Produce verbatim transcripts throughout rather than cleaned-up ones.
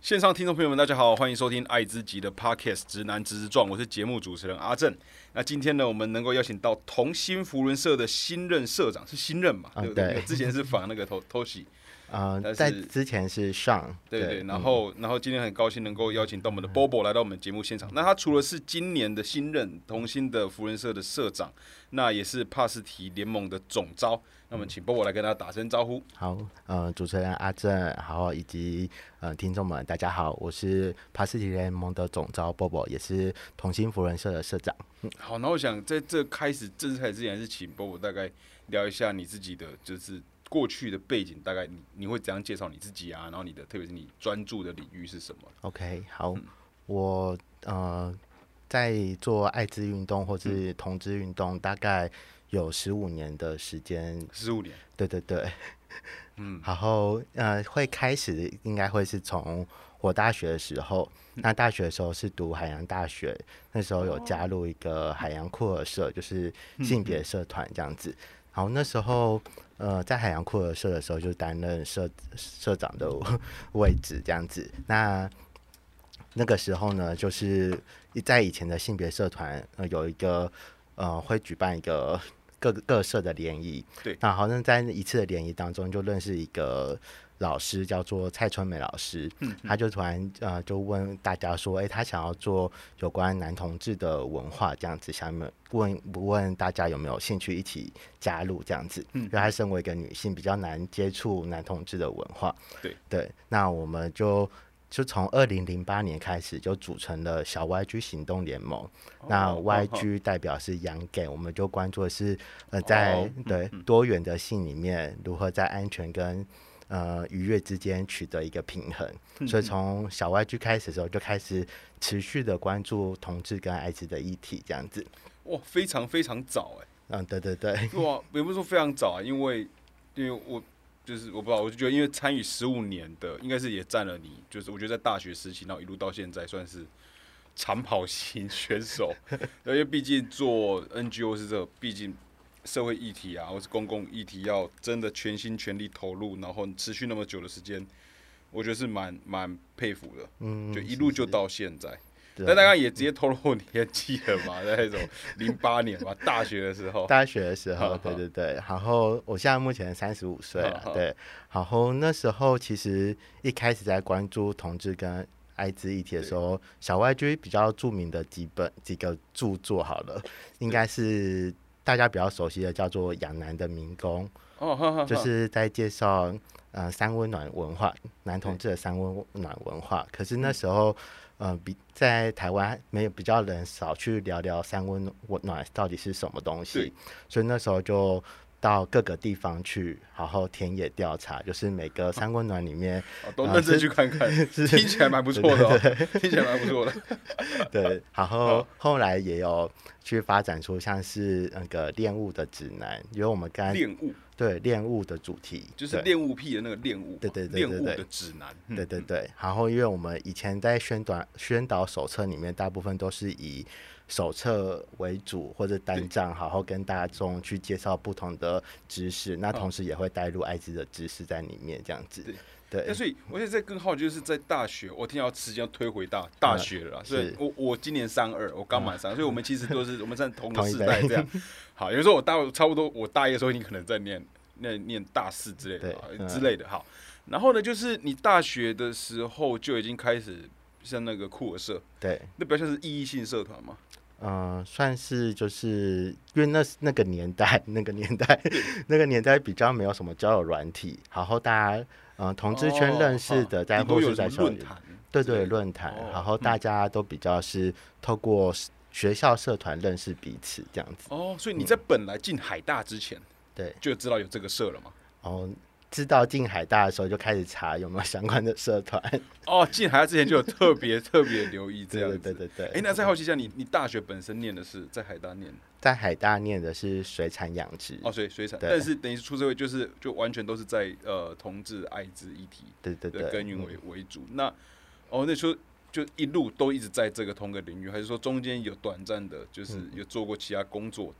线上听众朋友们，大家好，欢迎收听爱之极的 Podcast 直男直撞，我是节目主持人阿正。那今天呢，我们能够邀请到同心福伦社的新任社长，是新任嘛？ 啊、 对不对？ 对， 之前是访那个 Toshi。 呃，在之前是上， 对 对, 对，然后、嗯、然后今天很高兴能够邀请到我们的 Bobo 来到我们节目现场。那他除了是今年的新任同心的福伦社的社长，那也是帕斯提联盟的总召。那我们请 Bobo 来跟他打声招呼。 好，呃，主持人阿正，好，以及呃听众们，大家好，我是帕斯提联盟的总召 Bobo， 也是同心福伦社的社长。 嗯、好，那我想在这开始正式开始之前，还是请 Bobo 大概聊一下你自己的就是过去的背景，大概 你, 你会怎样介绍你自己啊？然后你的特别是你专注的领域是什么 ？OK， 好，嗯、我呃在做艾滋运动或是同志运动，大概有十五年的时间。 十五年， 对对对，嗯，然后呃会开始应该会是从我大学的时候，那大学的时候是读海洋大学，那时候有加入一个海洋酷儿社，就是性别社团这样子。然后那时候，呃，在海洋酷儿社的时候，就担任社社长的位置这样子。那那个时候呢，就是在以前的性别社团，呃，有一个呃会举办一个各各社的联谊。 对。 那好像在一次的联谊当中，就认识一个老师，叫做蔡春美老师。嗯嗯，他就突然呃就问大家说，哎、欸，他想要做有关男同志的文化这样子，想问不问大家有没有兴趣一起加入这样子？嗯，因为他身为一个女性，比较难接触男同志的文化。 对对，那我们就就从二零零八年开始就组成了小 Y G 行动联盟。哦、那 Y G 代表是 Young Gay， 我们就关注的是呃在、哦、对、嗯、多元的性里面如何在安全跟呃愉悦之间取得一个平衡。嗯、所以从小 Y G 开始的时候就开始持续的关注同志跟艾滋的议题这样子。 哇，非常非常早哎、 欸。嗯，对对对。 哇，也不是说非常早啊，因为因为我就是我不知道，我就觉得因为参与十五年的，应该是也占了你，就是我觉得在大学时期，然后一路到现在算是长跑型选手。因为毕竟做 N G O 是这个，毕竟社会议题啊，或是公共议题，要真的全心全力投入，然后持续那么久的时间，我觉得是蛮蛮佩服的。嗯，就一路就到现在。那大概也直接透露年纪了嘛，在那种零八年吧，大学的时候。 大学的时候，对对对。然后我现在目前三十五岁了，对。然后那时候其实一开始在关注同志跟艾滋议题的时候，小 Y G 比较著名的几本几个著作好了，应该是大家比较熟悉的，叫做《养男的迷宫》，哦，就是在介绍呃三温暖文化，男同志的三温暖文化。可是那时候。呃，比在台湾没有比较人少去聊聊三温暖到底是什么东西，所以那时候就到各个地方去好好田野调查，就是每个三温暖里面、 哦、都认真去看看，呃、听起来蛮不错的、哦，对对对，听起来蛮不错的。 对，然后后来也有去发展出像是那个恋物的指南，因为我们刚恋物。 对恋物的主题就是恋物癖的那个恋物， 对对对对对， 恋物的指南， 对对对。然后因为我们以前在宣导宣导手册里面，大部分都是以手册为主或者单章，好好跟大众去介绍不同的知识，那同时也会带入艾滋的知识在里面，这样子。对。对， 那所以我现在更好奇，就是在大学，我听到时间要推回大大学了啦，嗯、所以我我今年三二，我刚满三、嗯，所以我们其实都是我们在同个世代这样。好，有时候我大差不多我大一的时候，你可能在念念念大四之类的、嗯、之类的。好，然后呢，就是你大学的时候就已经开始像那个酷儿社， 对， 那比较像是意义性社团嘛。 嗯、呃，算是就是因为那那个年代，那个年代，那个年代比较没有什么交友软体，然后大家。呃，同志圈认识的，在或是在论坛， 对对论坛，然后大家都比较是透过学校社团认识彼此这样子。 哦，所以你在本来进海大之前， 对、嗯， 就知道有这个社了吗？ 哦，知道进海大的时候就开始查有没有相关的社团。 哦，进海大之前就有特别特别留意这样子。 对对对对。 哎、欸，那再好奇一下，你你大学本身念的是在海大念的？ 在海大念的是水产养殖。 哦，水水产，但是等于出社会就是就完全都是在呃同志艾滋议题对对对的耕耘为为主。那哦，那时候就一路都一直在这个同个领域，还是说中间有短暂的，就是有做过其他工作，但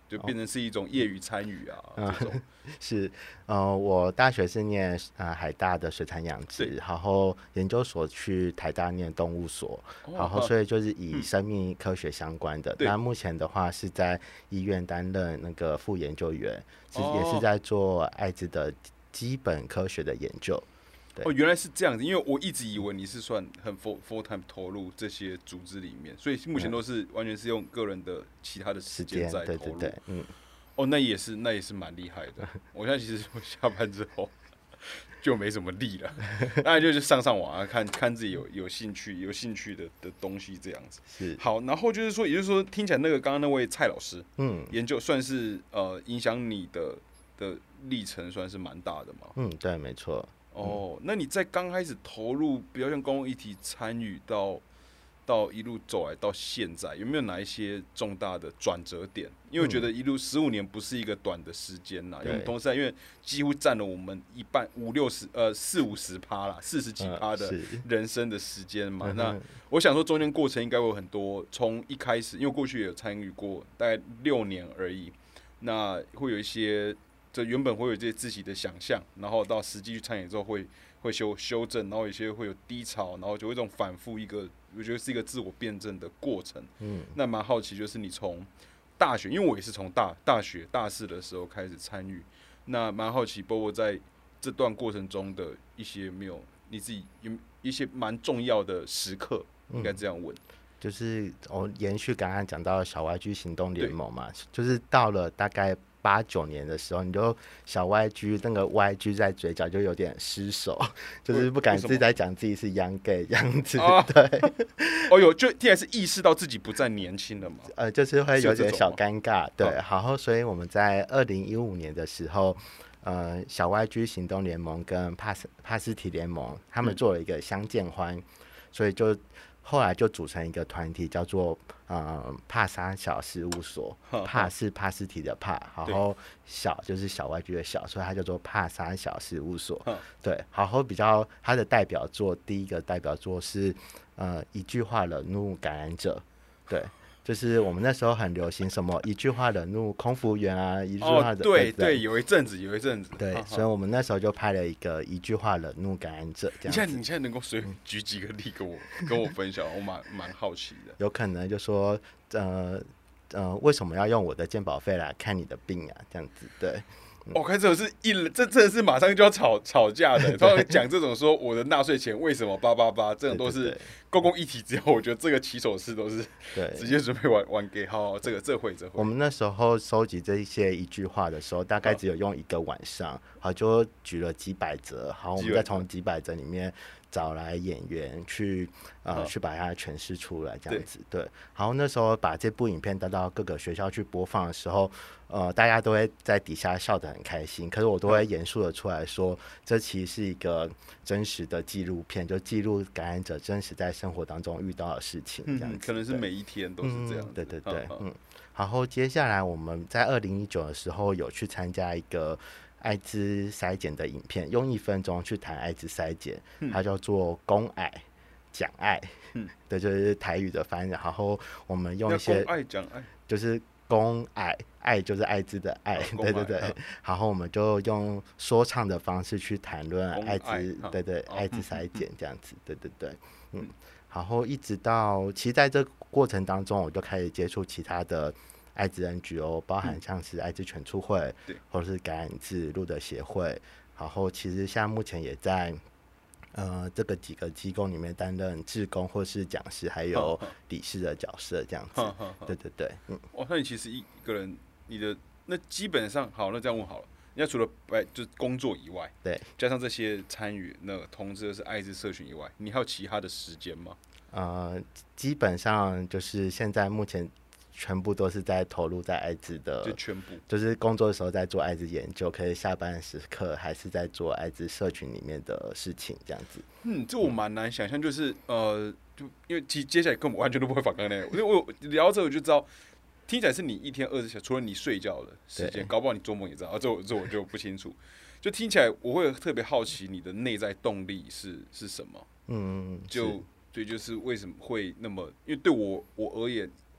就变成是一种业余参与啊、哦、这种。 是，呃，我大学是念呃海大的水产养殖，然后研究所去台大念动物所，哦、然后所以就是以生命科学相关的。嗯、那目前的话是在医院担任那个副研究员，是、哦、也是在做艾滋的基本科学的研究。 哦，原来是这样子，因为我一直以为你是算很 full full time 投入这些组织里面，所以目前都是完全是用个人的其他的时间在投入。对对对，嗯。哦，那也是，那也是蛮厉害的。我现在其实下班之后就没什么力了，当然就是上上网啊，看看自己有有兴趣、有兴趣的的东西这样子。 是。 好，然后就是说，也就是说，听起来那个刚刚那位蔡老师，嗯，研究算是呃影响你的的历程算是蛮大的嘛。 嗯，对，没错。 哦，那你在刚开始投入比较像公共议题参与到到一路走来到现在，有没有哪一些重大的转折点？因为我觉得一路十五年不是一个短的时间啦，因为我们同时因为几乎占了我们一半五六十呃四五十趴啦，四十几趴的人生的时间嘛。嗯、那我想说中间过程应该会有很多，从一开始因为过去也有参与过，大概六年而已，那会有一些。这原本会有这些自己的想象，然后到实际去参与之后会会修修正，然后有些会有低潮，然后就会这种反复一个，我觉得是一个自我辩证的过程。嗯，那蛮好奇，就是你从大学，因为我也是从大大学大四的时候开始参与，那蛮好奇，包括在这段过程中的一些没有你自己有一些蛮重要的时刻，应该这样问。嗯、 就是我延续刚刚讲到小 Y G 行动联盟嘛，就是到了大概。八九年的时候，你就小 Y G 那个 Y G 在嘴角就有点失手，就是不敢自己在讲自己是 young gay 这样子。啊、对， 哦哟，就现在是意识到自己不再年轻了嘛？ 呃，就是会有点小尴尬。对，然后所以我们在二零一五年的时候，呃，小 Y G 行动联盟跟帕斯帕斯提联盟他们做了一个相见欢，嗯、所以就。后来就组成一个团体，叫做呃帕沙小事务所。帕是帕斯提的帕，然后小就是小 Y G 的小，所以它叫做帕沙小事务所。对，然后比较它的代表作，第一个代表作是呃一句话惹怒感染者。对。就是我们那时候很流行什么一句话惹怒空服员啊，一句话惹、 哦、对对，有一阵子，有一阵子， 对，所以我们那时候就拍了一个一句话惹怒感染者这样子。 你现在你现在能够随便举几个例跟我跟我分享，我蛮蛮好奇的。 有可能就说呃呃，为什么要用我的健保费来看你的病啊？这样子，对。 我、哦、看这种是一这真的是马上就要吵吵架的，他们讲这种说我的纳税钱为什么八八八，这种都是公共议题之后，我觉得这个起手式都是直接准备玩玩给好，这个这会这会。 我们那时候收集这一些一句话的时候，大概只有用一个晚上，好就举了几百则，好我们再从几百则里面找来演员去呃去把它诠释出来，这样子 对, 对。然后那时候把这部影片带到各个学校去播放的时候。呃，大家都会在底下笑得很开心，可是我都会严肃的出来说，这其实是一个真实的纪录片，就记录感染者真实在生活当中遇到的事情，这样子、 嗯、可能是每一天都是这样、嗯。 对对对，嗯。然后接下来我们在二零一九的时候有去参加一个艾滋筛检的影片，用一分钟去谈艾滋筛检，它叫做公癌讲爱，嗯，对，就是台语的翻译。然后我们用一些公爱讲爱， 就是公爱。爱就是艾滋的爱，哦、对对对、哦。然后我们就用说唱的方式去谈论艾滋，对对，艾滋筛检这样子，对对对，嗯。然后一直到，其实在这个过程当中，我就开始接触其他的艾滋 N G O， 包含像是艾滋全促会，嗯、或者是感染自路的协会。然后其实现在目前也在。呃，这个几个机构里面担任志工或是讲师，还有理事的角色，这样子。呵呵呵对对对，嗯。 哇，那你其实一个人，你的那基本上好，那这样问好了，人家除了哎就是工作以外， 对， 加上这些参与那个同志是艾滋社群以外，你还有其他的时间吗？ 呃，基本上就是现在目前。全部都是在投入在艾滋的， 就全部就是工作的时候在做艾滋研究，可以下班的时刻还是在做艾滋社群里面的事情，这样子。 嗯，这我蛮难想象，就是呃，就因为接接下来根本完全都不会反刚那，我我聊着我就知道，听起来是你一天二十小时，除了你睡觉的时间，搞不好你做梦也知道，这我这我就不清楚。就听起来我会特别好奇你的内在动力是是什么？嗯，就对，就是为什么会那么？因为对我我而言。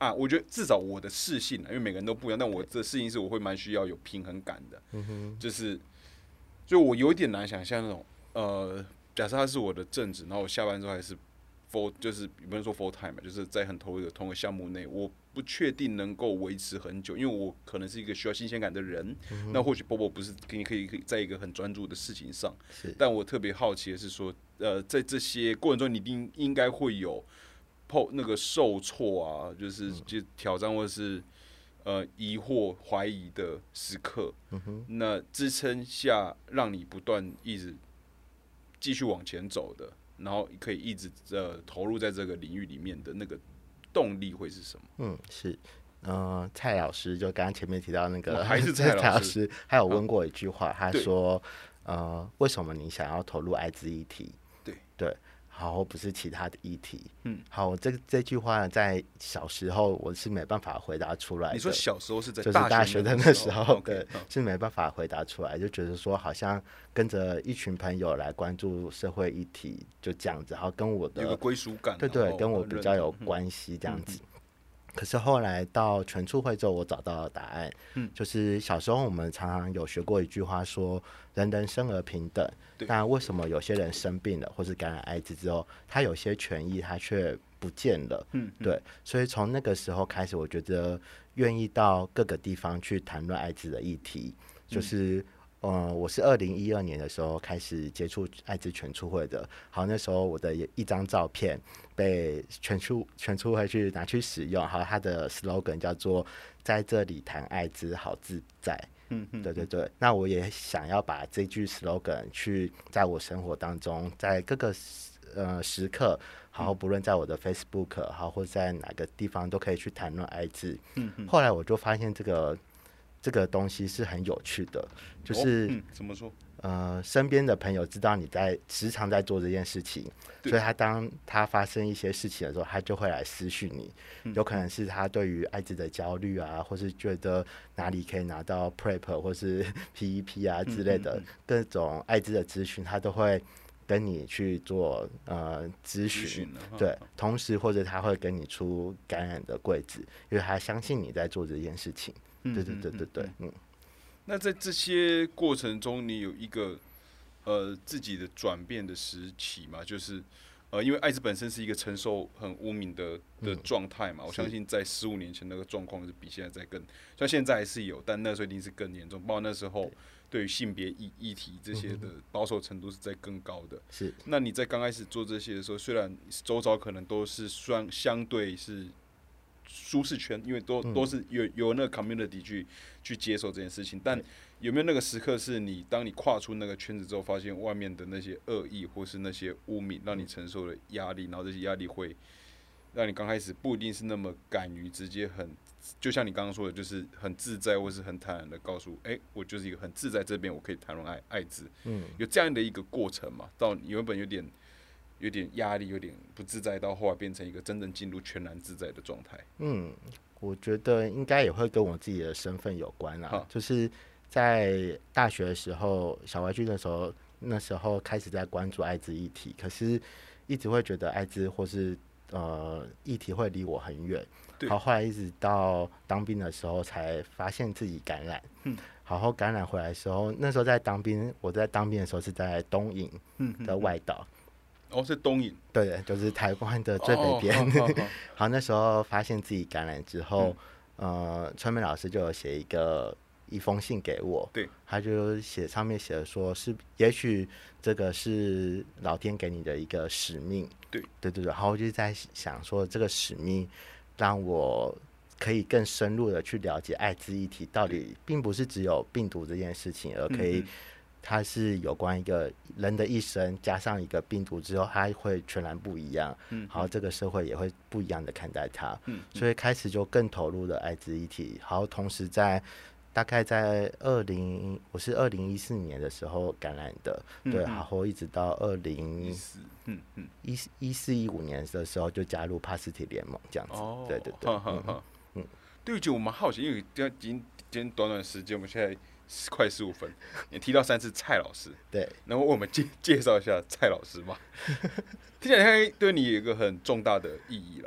啊，我觉得至少我的适性，因为每个人都不一样，但我的适性是我会蛮需要有平衡感的， 嗯哼， 就是，所以我有点难想象那种，呃，假设他是我的正职，然后我下班之后还是 full， 就是不能说 full time 嘛，就是在很投入的同一个项目内，我不确定能够维持很久，因为我可能是一个需要新鲜感的人， 嗯、 那或许波波不是可以可以可以在一个很专注的事情上，但我特别好奇的是说，呃，在这些过程中，你一定应该会有。那个受挫啊，就是就挑战或是呃疑惑、怀疑的时刻， 嗯、 那支撑下让你不断一直继续往前走的，然后可以一直呃投入在这个领域里面的那个动力会是什么？ 嗯，是。呃，蔡老师就刚刚前面提到那个， 还是蔡老师，还有问过一句话，他说：“呃，为什么你想要投入艾滋议题？” 对对。好，不是其他的议题。 嗯， 好，这这句话在小时候我是没办法回答出来的。 你说小时候是在就是大学的那时候，对， okay, 是没办法回答出来，就觉得说好像跟着一群朋友来关注社会议题，就这样子，然后跟我的有个归属感， 对对，跟我比较有关系这样子。嗯嗯，可是后来到全促会之后，我找到了答案。嗯，就是小时候我们常常有学过一句话说，人人生而平等。但为什么有些人生病了，或是感染艾滋之后，他有些权益他却不见了？嗯，嗯，对。所以从那个时候开始，我觉得愿意到各个地方去谈论艾滋的议题，就是。嗯呃，我是二零一二年的时候开始接触艾滋全促会的。好，那时候我的一张照片被全促全促会去拿去使用，好，它的 slogan 叫做“在这里谈艾滋好自在”。嗯嗯，对对对。那我也想要把这句 slogan 去在我生活当中，在各个呃时刻，好，不论在我的 Facebook 好，或者在哪个地方都可以去谈论艾滋。嗯嗯。后来我就发现这个。这个东西是很有趣的，就是、 哦嗯、怎么说？ 呃，身边的朋友知道你在时常在做这件事情，所以他当他发生一些事情的时候，他就会来私讯你。嗯、有可能是他对于艾滋的焦虑啊，或是觉得哪里可以拿到 Prep 或是 P E P 啊之类的、嗯嗯嗯、各种艾滋的资讯，他都会跟你去做呃咨询。对，同时或者他会跟你出感染的柜子，因为他相信你在做这件事情。对对对对对，嗯。 那在这些过程中，你有一个呃自己的转变的时期嘛？就是呃，因为艾滋本身是一个承受很污名的的状态嘛、嗯，我相信在十五年前那个状况是比现在再更，像现在还是有，但那时候一定是更严重。包括那时候对于性别议议题这些的保守程度是在更高的。 是。 那你在刚开始做这些的时候，虽然周遭可能都是相相对是。舒适圈，因为都都是有有那个 community 去去接受这件事情，但有没有那个时刻是你当你跨出那个圈子之后，发现外面的那些恶意或是那些污名，让你承受的压力，然后这些压力会让你刚开始不一定是那么敢于直接很，就像你刚刚说的，就是很自在或是很坦然的告诉，哎、欸，我就是一个很自在这边，我可以谈论爱艾滋，嗯，有这样的一个过程嘛？到你原本有点。有点压力，有点不自在，到后来变成一个真正进入全然自在的状态。 嗯，我觉得应该也会跟我自己的身份有关啦。就是在大学的时候，小歪剧的时候，那时候开始在关注艾滋议题，可是一直会觉得艾滋或是呃议题会离我很远。好，后来一直到当兵的时候，才发现自己感染。嗯，好后感染回来的时候，那时候在当兵，我在当兵的时候是在东引的外岛。 哦，是东引， 对，就是台湾的最北边。哦、好, 好, 好, 好，那时候发现自己感染之后，嗯、呃，川美老师就有写一个一封信给我， 对， 他就写上面写的说是，也许这个是老天给你的一个使命， 对， 对对对，然后我就在想说，这个使命让我可以更深入的去了解艾滋议题，到底并不是只有病毒这件事情，而可以。嗯它是有关一个人的一生，加上一个病毒之后，它会全然不一样。嗯，好，这个社会也会不一样的看待它。嗯，所以开始就更投入了艾滋议题。好，同时在大概在二零，我是二零一四年的时候感染的，嗯、对，然后一直到二零一四，嗯嗯，一一四一五年的时候就加入帕斯提联盟这样子。哦，对对对， 嗯嗯嗯，对不起，我蛮好奇，因为今今今天短短时间，我们现在。快十五分，你提到三次蔡老师， 对， 能够为我们介介绍一下蔡老师吗？听起来他对你有一个很重大的意义啦。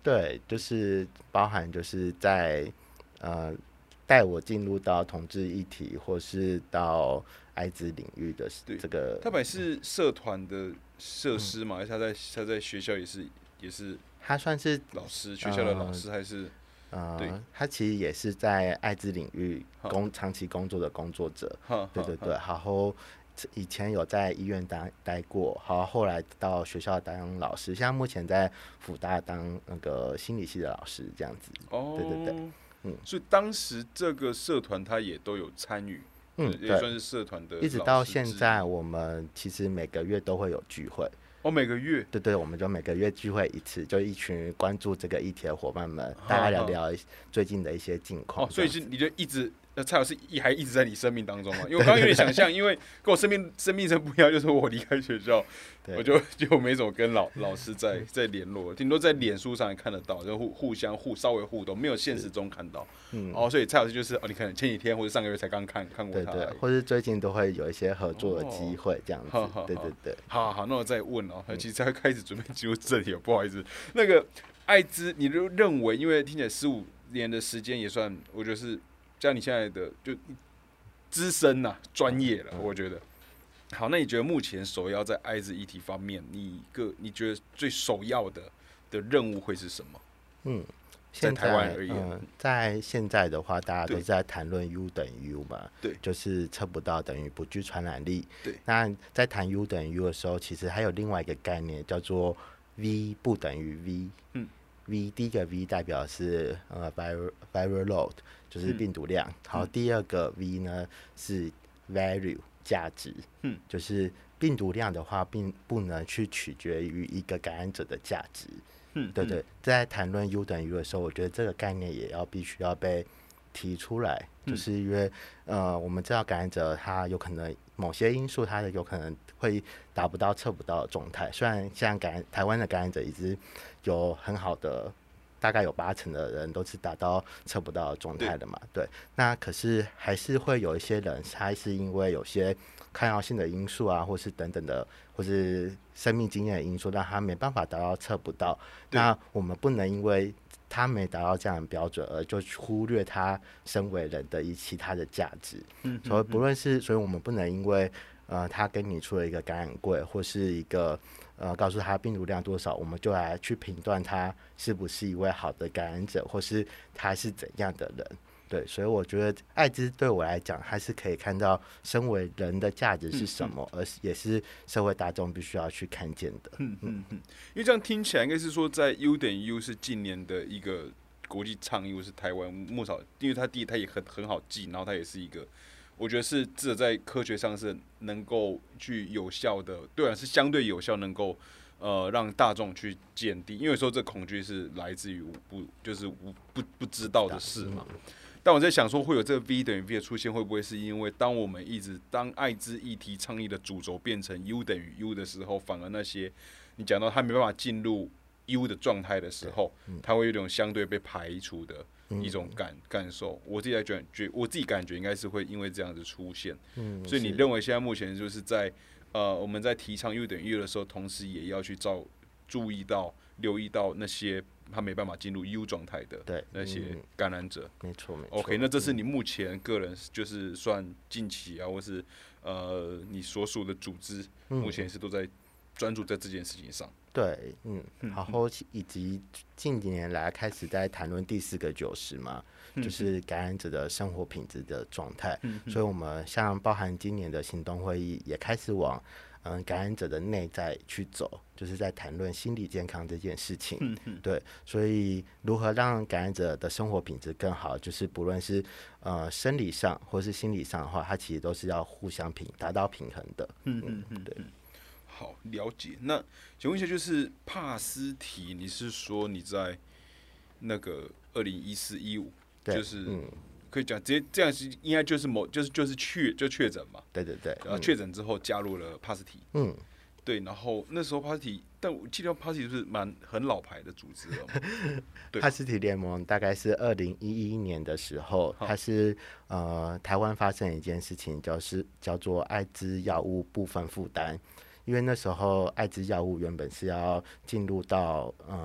对，就是包含就是在呃带我进入到同志议题，或是到艾滋领域的这个。 他本来是社团的设施嘛，还是他在他在学校也是也是？ 他算是老师，学校的老师还是？ 呃， 对， 他其实也是在艾滋领域工长期工作的工作者。对对对，然后以前有在医院待待过，好，后来到学校当老师，现在目前在辅大当那个心理系的老师，这样子。哦，对对对，嗯， 所以当时这个社团他也都有参与，嗯，也算是社团的。 一直到现在，我们其实每个月都会有聚会。 哦，每个月？ 对对，我们就每个月聚会一次，就一群关注这个议题的伙伴们，大家聊聊最近的一些近况。 哦，所以是你就一直。那蔡老师还一直在你生命当中嘛？因为我刚刚有点想象，因为跟我生命生命真不一样，就是我离开学校，我就就没怎么跟老老师在在联络，顶多在脸书上也看得到，就互互相互稍微互动，没有现实中看到。嗯，哦，所以蔡老师就是哦，你可能前几天或者上个月才刚看看过他， 对对，或是最近都会有一些合作的机会这样子。哦、对对对， 好好，那我再问哦，其实才开始准备进入这里，不好意思，那个艾滋，你就认为，因为听起来十五年的时间也算，我觉得是。像你现在的就资深呐、啊，专业了，我觉得。好，那你觉得目前首要在艾滋议题方面，你个你觉得最首要的的任务会是什么？ 嗯， 在台湾而言、 嗯，在现在的话，大家都在谈论 U 等于 U 嘛， 对， 就是测不到等于不具传染力。 对， 那在谈 U 等于 U 的时候，其实还有另外一个概念叫做 V 不等于 V。嗯。V 第一个 V 代表是呃 viral viral load， 就是病毒量。嗯、好，第二个 V 呢是 value 价值，嗯，就是病毒量的话，并不能去取决于一个感染者的价值。嗯，对对，在谈论 U 等于 U 的时候，我觉得这个概念也要必须要被提出来，就是因为呃，我们知道感染者他有可能某些因素，他的有可能会达不到测不到的状态。虽然像感台湾的感染者一直有很好的，大概有八成的人都是达到测不到的状态的嘛，对。对，那可是还是会有一些人，他是因为有些抗药性的因素啊，或是等等的，或是生命经验的因素，让他没办法达到测不到。那我们不能因为他没达到这样的标准，而就忽略他身为人的一其他的价值。嗯，所以不论是，所以我们不能因为呃他跟你出了一个感染柜，或是一个呃告诉他病毒量多少，我们就来去评断他是不是一位好的感染者，或是他是怎样的人。对，所以我觉得艾滋对我来讲，还是可以看到身为人的价值是什么，嗯嗯、而也是社会大众必须要去看见的。 嗯嗯嗯，因为这样听起来应该是说，在 U 等于 U 是近年的一个国际倡议，是台湾目少，因为它第一它也很很好记，然后它也是一个，我觉得是至少在科学上是能够去有效的，对啊，是相对有效能够。呃，让大众去鉴定，因为说这恐惧是来自于不就是无不不知道的事嘛。但我在想说，会有这个 V 等于 V 的出现，会不会是因为当我们一直当艾滋议题倡议的主轴变成 U 等于 U 的时候，反而那些你讲到他没办法进入 U 的状态的时候，他会有一种相对被排除的一种感感受。我自己感觉，我自己感觉应该是会因为这样子出现。所以你认为现在目前就是在呃我们在提倡 U 等于 U 的时候，同时也要去照注意到、留意到那些。他没办法进入 U 状态的那些感染者， 没错没错。 OK， 那这是你目前个人就是算近期啊，或是呃你所属的组织，目前是都在专注在这件事情上。 对，嗯，然后以及近几年来开始在谈论第四个九十嘛，就是感染者的生活品质的状态。所以我们像包含今年的行动会议也开始往。嗯，感染者的内在去走，就是在谈论心理健康这件事情。嗯嗯，对，所以如何让感染者的生活品质更好，就是不论是呃生理上或是心理上的话，它其实都是要互相平达到平衡的。嗯嗯嗯，对。 好，了解。那请问一下，就是帕斯提，你是说你在那个二零一四一五，就是嗯。可以讲，直接这样是应该就是某就是就是确就确诊嘛， 对对对， 然后确诊之后加入了帕斯提，嗯，对，然后那时候帕斯提，但我记得帕斯提是蛮很老牌的组织了， 对，帕斯提联盟大概是二零一一年的时候，它是呃台湾发生一件事情，就是叫做艾滋药物部分负担，因为那时候艾滋药物原本是要进入到呃。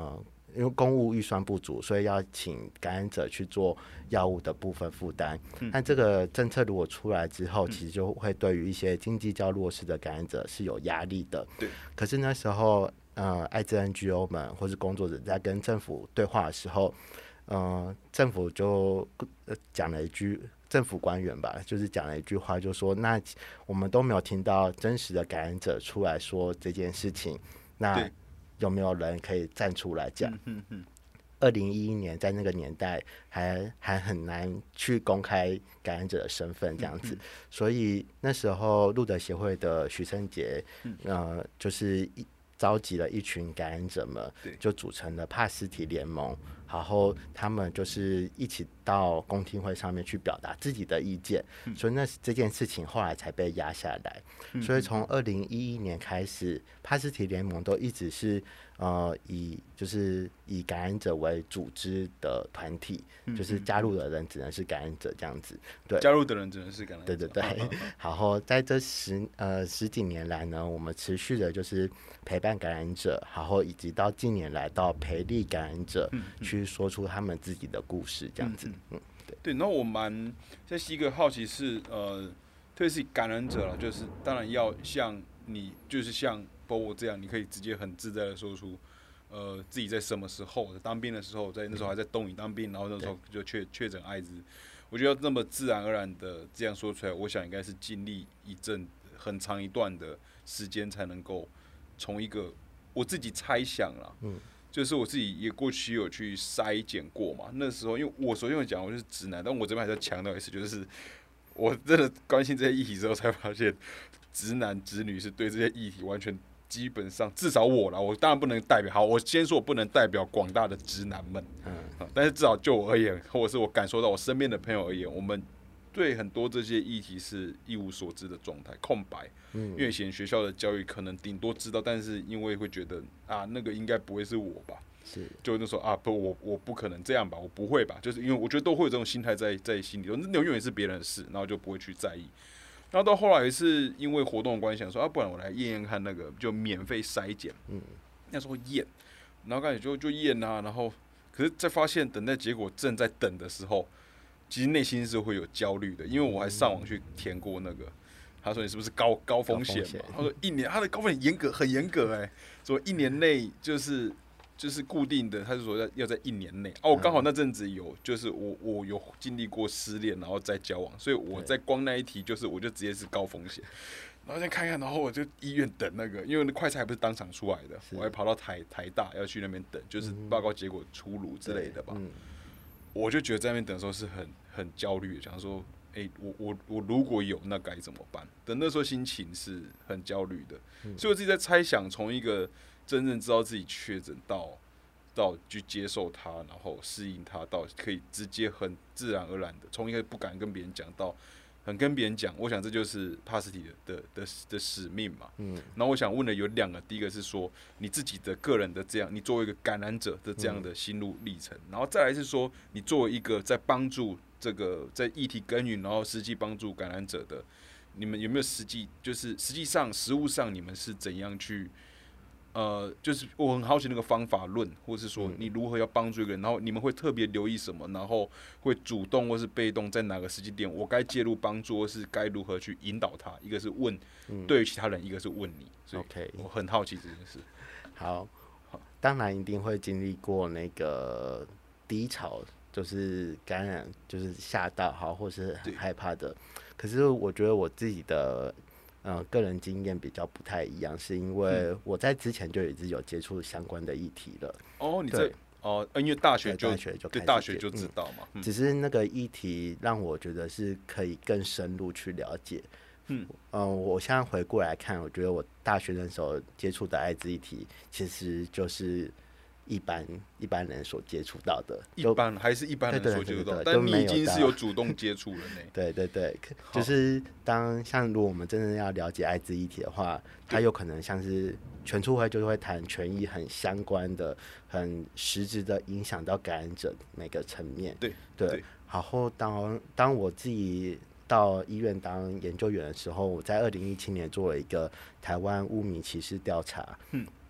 因为公务预算不足，所以要请感染者去做药物的部分负担。嗯、但这个政策如果出来之后，嗯、其实就会对于一些经济较弱势的感染者是有压力的。 对。 可是那时候，呃，艾滋 N G O 们或是工作者在跟政府对话的时候，呃，政府就讲了一句。政府官员吧，就是讲了一句话，就说：“那我们都没有听到真实的感染者出来说这件事情，那有没有人可以站出来讲？”二零一一年在那个年代还还很难去公开感染者的身份这样子，所以那时候路德协会的许胜杰，呃，就是一召集了一群感染者们，就组成了帕斯提联盟。然后他们就是一起到公听会上面去表达自己的意见，嗯、所以那这件事情后来才被压下来。嗯、所以从二零一一年开始，帕斯提联盟都一直是呃以就是以感染者为组织的团体，嗯、就是加入的人只能是感染者这样子。对， 加入的人只能是感染者。 对对对。然后在这十呃十几年来呢，我们持续的就是陪伴感染者，然后以及到近年来到培力感染者去。说出他们自己的故事，这样子，嗯，嗯对对。然后我蛮这是一个好奇是，呃，特别是感染者了，就是当然要像你，就是像包括这样，你可以直接很自在的说出，呃，自己在什么时候当兵的时候，在那时候还在东营当兵，然后那时候就确确诊艾滋，我觉得那么自然而然的这样说出来，我想应该是经历一阵很长一段的时间才能够从一个我自己猜想啦，嗯。就是我自己也过去有去筛检过嘛，那时候因为我首先有讲我就是直男，但我这边还是要强调一次，就是我真的关心这些议题之后才发现，直男直女是对这些议题完全基本上至少我啦，我当然不能代表，好，我先说我不能代表广大的直男们，嗯，但是至少就我而言，或者是我感受到我身边的朋友而言，我们对很多这些议题是一无所知的状态，空白。嗯，因为以前学校的教育可能顶多知道，但是因为会觉得啊，那个应该不会是我吧，是，就那时候啊，不，我我不可能这样吧，我不会吧，就是因为我觉得都会有这种心态在在心里头，那永远是别人的事，然后就不会去在意。然后到后来是因为活动的关系，想说啊，不然我来验验看那个就免费筛检，嗯，那时候验，然后开始就就验啊，然后可是再发现等待结果正在等的时候，其实内心是会有焦虑的，因为我还上网去填过那个。他说：“你是不是高高风险嘛？”他说：“一年，他的高风险严格，很严格哎、欸，说一年内就是就是固定的，他就说要要在一年内。哦，我刚好那阵子有，就是我我有经历过失恋，然后再交往，所以我在光那一题就是我就直接是高风险。然后再看看，然后我就医院等那个，因为那快筛不是当场出来的，我还跑到台台大要去那边等，就是报告结果出炉之类的吧。嗯、我就觉得在那边等的时候是很很焦虑的，想说。”哎、欸，我我我如果有那该怎么办？等那时候心情是很焦虑的，嗯、所以我自己在猜想，从一个真正知道自己确诊到到去接受它，然后适应它，到可以直接很自然而然的，从一个不敢跟别人讲到很跟别人讲，我想这就是帕斯提的的 的, 的使命嘛。嗯，然后我想问的有两个，第一个是说你自己的个人的这样，你作为一个感染者的这样的心路历程，然后再来是说你作为一个在帮助。这个在议题耕耘，然后实际帮助感染者的，你们有没有实际就是实际上实务上你们是怎样去，呃，就是我很好奇那个方法论，或是说你如何要帮助一个人，然后你们会特别留意什么，然后会主动或是被动在哪个时机点，我该介入帮助，或是该如何去引导他？一个是问对于其他人，一个是问你，所以我很好奇这件事。 好，当然一定会经历过那个低潮。就是感染，就是吓到好，或是很害怕的。可是我觉得我自己的呃个人经验比较不太一样，是因为我在之前就已经有接触相关的议题了。 哦，你在哦，因为大学就大学就对大学就知道嘛、 嗯。只是那个议题让我觉得是可以更深入去了解。嗯，呃，我现在回过来看，我觉得我大学的时候接触的艾滋议题，其实就是。一般一般人所接触到的， 一般还是一般人所接触到的，但你已经是有主动接触了呢。 对对对，就是当像如果我们真的要了解艾滋议题的话，它有可能像是全促会就会谈权益很相关的、很实质的影响到感染者每个层面。 对对, 对。然后当当我自己到医院当研究员的时候，我在二零一七年做了一个台湾污名歧视调查。嗯。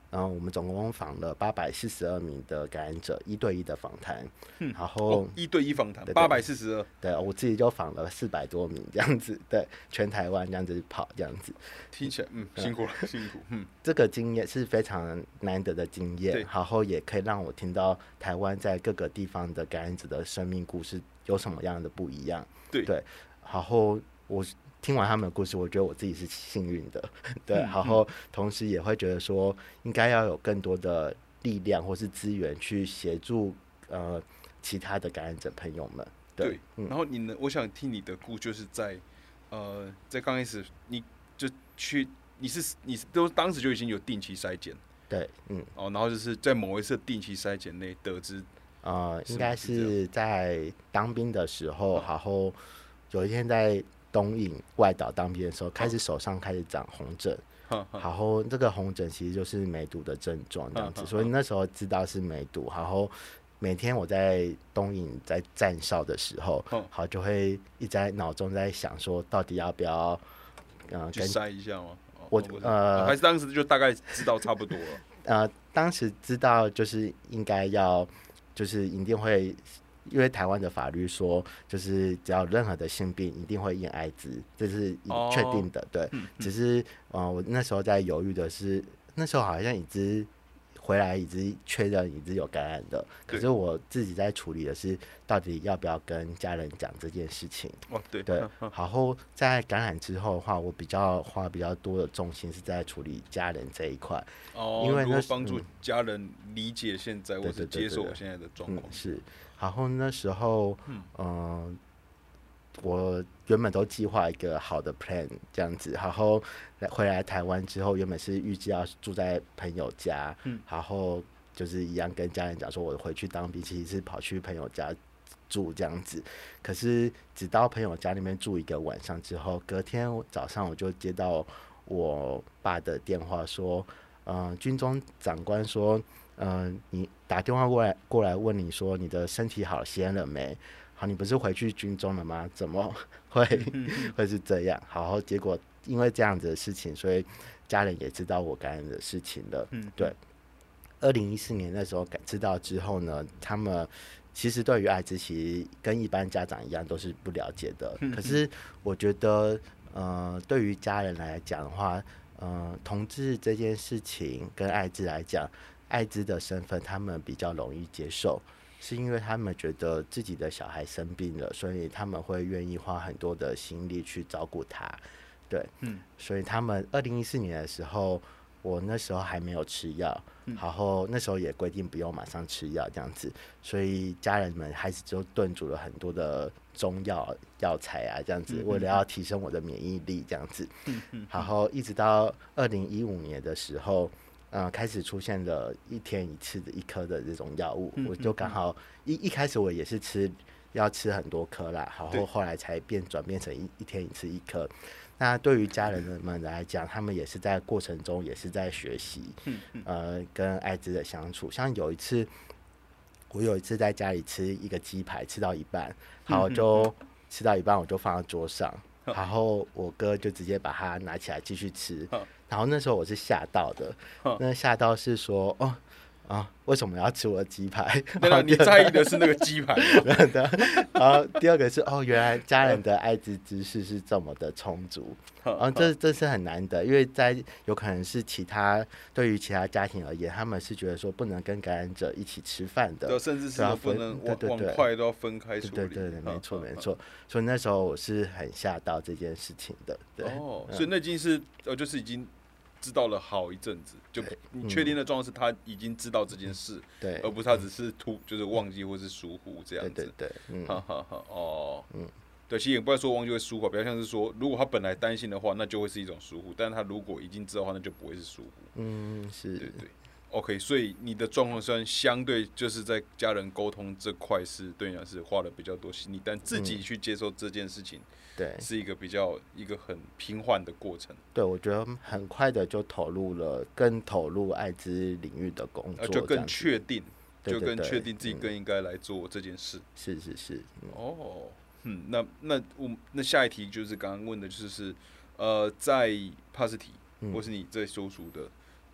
然后我们总共访了八百四十二名的感染者，一对一的访谈， 嗯、 然后、 哦、一对一访谈，八百四十二， 对我自己就访了四百多名这样子，对，全台湾这样子跑这样子， 听起来嗯辛苦了，辛苦，嗯， 这个经验是非常难得的经验，然后也可以让我听到台湾在各个地方的感染者的生命故事有什么样的不一样， 对， 对，然后我。听完他们的故事，我觉得我自己是幸运的，对，然后同时也会觉得说，应该要有更多的力量或是资源去协助呃其他的感染者朋友们，对。 对嗯、然后你呢？我想听你的故，就是在呃，在刚开始你就去，你是你是都当时就已经有定期筛检， 对，嗯， 哦，然后就是在某一次定期筛检内得知， 呃，应该是在当兵的时候，哦、然后有一天在东引外岛当兵的时候，开始手上开始长红疹，然后这个红疹其实就是梅毒的症状这样子，所以那时候知道是梅毒，然后每天我在东引在站哨的时候，好就会一直在脑中在想说，到底要不要呃去筛一下吗？ 我呃还是当时就大概知道差不多了。 呃，当时知道就是应该要，就是一定会。因为台湾的法律说，就是只要任何的性病一定会验艾滋，这是确定的。哦、对，嗯嗯、只是呃，我那时候在犹豫的是，那时候好像已经回来，已经确认已经有感染的，可是我自己在处理的是，到底要不要跟家人讲这件事情。 哦，对对。然后在感染之后的话，我比较花比较多的重心是在处理家人这一块。 哦，因为如何帮助家人理解现在、嗯、或者接受我现在的状况、 嗯、是。然后那时候，嗯、呃，我原本都计划一个好的 plan 这样子，然后回来台湾之后，原本是预计要住在朋友家，嗯、然后就是一样跟家人讲说，我回去当兵，其实是跑去朋友家住这样子。可是只到朋友家里面住一个晚上之后，隔天早上我就接到我爸的电话说，嗯、呃，军中长官说。嗯、呃，你打电话过来过来问你说你的身体好些了没？好，你不是回去军中了吗？怎么会会是这样？好，结果因为这样子的事情，所以家人也知道我感染的事情了。对，二零一四年那时候知道之后呢，他们其实对于艾滋其实跟一般家长一样都是不了解的。可是我觉得，呃，对于家人来讲的话，呃，同志这件事情跟艾滋来讲。艾滋的身份，他们比较容易接受，是因为他们觉得自己的小孩生病了，所以他们会愿意花很多的心力去照顾他。对，嗯，所以他们二零一四年的时候，我那时候还没有吃药，嗯、然后那时候也规定不用马上吃药这样子，所以家人们还是就炖煮了很多的中药药材啊，这样子，为了要提升我的免疫力这样子，嗯嗯、然后一直到二零一五年的时候。呃，开始出现了一天一次的一颗的这种药物，嗯、我就刚好一一开始我也是吃要吃很多颗啦，然后后来才变转变成一一天一次一颗。那对于家人们来讲，他们也是在过程中也是在学习，嗯嗯、呃，跟艾滋的相处。像有一次，我有一次在家里吃一个鸡排，吃到一半，好我就吃到一半我就放在桌上，然后我哥就直接把它拿起来继续吃。然后那时候我是吓到的，那吓到是说哦啊，为什么要吃我的鸡排？ 对，你在意的是那个鸡排。 然后第二个是哦，原来家人的艾滋知识是这么的充足，然后这这是很难的，因为在有可能是其他对于其他家庭而言，他们是觉得说不能跟感染者一起吃饭的， 对，甚至是不能碗筷都要分开处理。 对对对，没错没错。所以那时候我是很吓到这件事情的。对哦，所以那已经是呃，就是已经。知道了好一阵子，就你确定的状况是他已经知道这件事， 对， 而不是他只是突就是忘记或是疏忽这样子。 对对对，嗯， 哈哈哈，哦，嗯，对，其实也不要说忘记会疏忽，比较像是说，如果他本来担心的话，那就会是一种疏忽；，但是他如果已经知道的话，那就不会是疏忽。 嗯，是， 对对。OK， 所以你的状况虽然相对就是在家人沟通这块是对你来是花了比较多心力，但自己去接受这件事情，对，是一个比较一个很平缓的过程。 对，我觉得很快的就投入了，更投入艾滋领域的工作， 就更确定，就更确定自己更应该来做这件事。 是是是， 嗯、哦，嗯，那那我那下一题就是刚刚问的，就是呃，在帕斯提、嗯、或是你在所属的。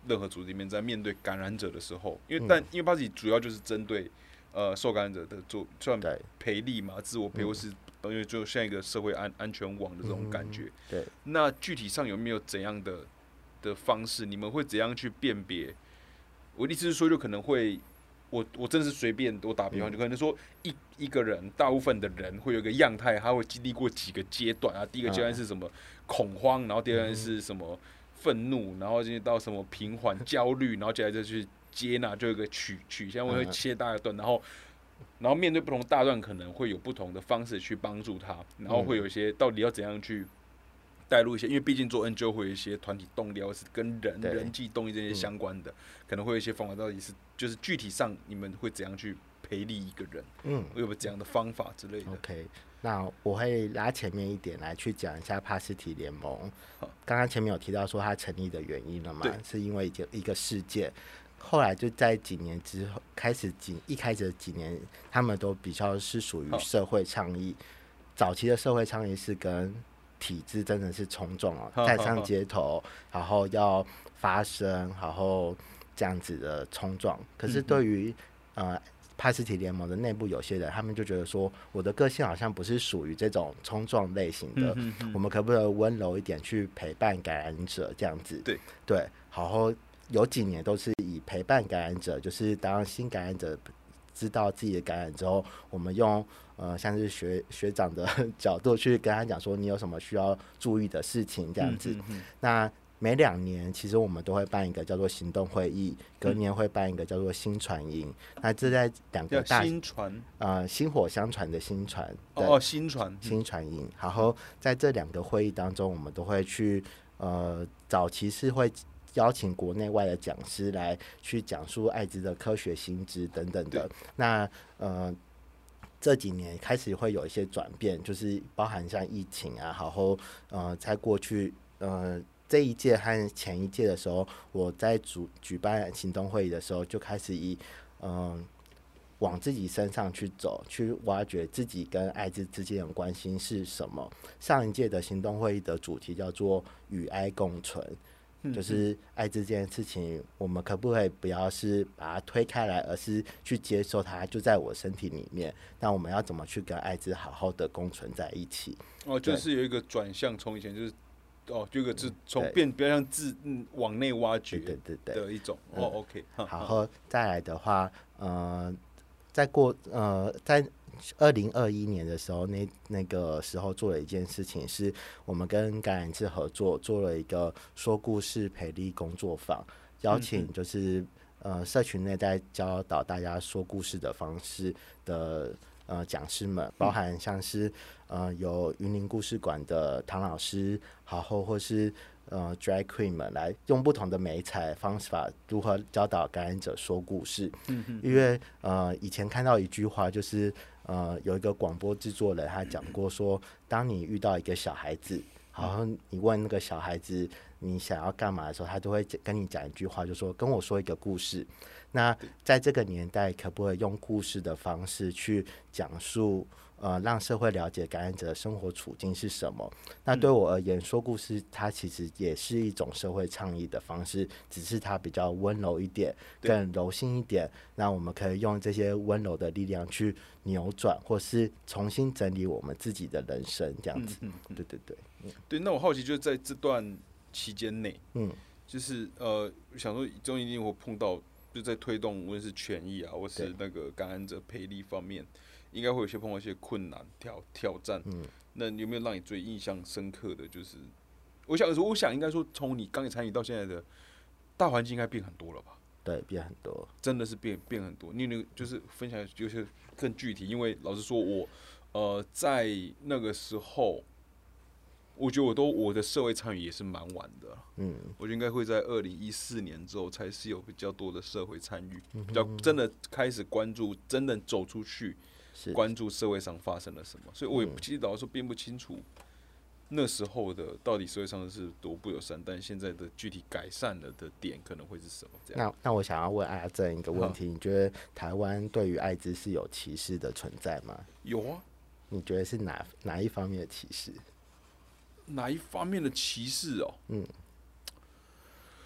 任何组织里面在面对感染者的时候，因为、 嗯、 但因为 P A S S 主要就是针对呃受感染者的做算赔利嘛，自我赔或是、嗯、因为就像一个社会安安全网的这种感觉。 嗯、对， 那具体上有没有怎样的的方式？你们会怎样去辨别？我的意思是说，就可能会。我我真的是随便，我打比方，就可能说一一个人，大部分的人会有一个样态，他会经历过几个阶段啊。第一个阶段是什么恐慌，然后第二段是什么愤怒，然后进到什么平缓焦虑，然后接下来就去接纳，就有一个曲曲线，我会切大段，然后然后面对不同大段，可能会有不同的方式去帮助他，然后会有一些到底要怎样去。带入一些，因为毕竟做 N G O 会有一些团体动力，或是跟人人际动力这些相关的，嗯、可能会有一些方法。到底是就是具体上你们会怎样去培力一个人？嗯，会有怎样的方法之类的 ？OK， 那我会拉前面一点来去讲一下帕斯提联盟。刚刚前面有提到说它成立的原因了嘛？是因为一个事件。后来就在几年之后，开始几一开始的几年，他们都比较是属于社会倡议。早期的社会倡议是跟体制真的是冲撞哦，站上街头，然后要发声，然后这样子的冲撞。可是对于、嗯、呃帕斯提联盟的内部有些人，他们就觉得说，我的个性好像不是属于这种冲撞类型的，嗯、我们可不可以温柔一点去陪伴感染者这样子？ 对对，然后有几年都是以陪伴感染者，就是当新感染者知道自己的感染之后，我们用呃像是学学长的角度去跟他讲说，你有什么需要注意的事情这样子。嗯、哼哼那每两年其实我们都会办一个叫做行动会议，隔年会办一个叫做新传营。嗯、那这在两个大新传呃薪火相传的新传哦新传新传营，然后在这两个会议当中，我们都会去呃早期是会。邀请国内外的讲师来去讲述艾滋的科学新知等等的。那呃这几年开始会有一些转变，就是包含像疫情啊，然后呃在过去呃这一届和前一届的时候，我在主举办行动会议的时候，就开始以嗯、呃、往自己身上去走，去挖掘自己跟艾滋之间的关系是什么。上一届的行动会议的主题叫做与哀共存。就是艾滋这件事情，我们可不可以不要是把它推开来，而是去接受它就在我身体里面？那我们要怎么去跟艾滋好好的共存在一起？ 哦，就是有一个转向，从以前就是哦，这个是从变比较像自嗯往内挖掘对对对的一种。哦 ，OK。 然后再来的话，呃，在过呃在。二零二一年的时候，那那个时候做了一件事情，是我们跟感染志合作做了一个说故事培力工作坊，邀请就是呃社群内在教导大家说故事的方式的呃讲师们，包含像是呃有云林故事馆的唐老师，然后或是呃 drag queen 们来用不同的媒材方法如何教导感染者说故事。因为呃以前看到一句话就是。呃，有一个广播制作人，他讲过说，当你遇到一个小孩子，然后你问那个小孩子你想要干嘛的时候，他都会跟你讲一句话，就说跟我说一个故事。那在这个年代，可不可以用故事的方式去讲述？呃，让社会了解感染者的生活处境是什么？那对我而言，说故事它其实也是一种社会倡议的方式，只是它比较温柔一点，更柔性一点。那我们可以用这些温柔的力量去扭转，或是重新整理我们自己的人生，这样子。嗯嗯、对对对，嗯、 对。那我好奇，就是在这段期间内，嗯，就是呃，想说，终一定会碰到，就在推动无论是权益啊，或是那个感染者培力方面。应该会有些碰到一些困难挑挑战，嗯，那有没有让你最印象深刻的？就是我想，我想应该说，从你刚才参与到现在的大环境，应该变很多了吧？ 对，变很多， 真的是变变很多。你那个就是分享就是更具体，因为老实说我，我呃在那个时候，我觉得我都我的社会参与也是蛮晚的，嗯，我觉得应该会在二零一四年之后才是有比较多的社会参与，嗯、比较真的开始关注，真的走出去。关注社会上发生了什么，所以我也其实老实说并不清楚那时候的到底社会上是多不友善，但现在的具体改善了的点可能会是什么？这样。 那那我想要问阿正一个问题，你觉得台湾对于艾滋是有歧视的存在吗？ 有啊。 你觉得是哪哪一方面的歧视？ 哪一方面的歧视哦？嗯，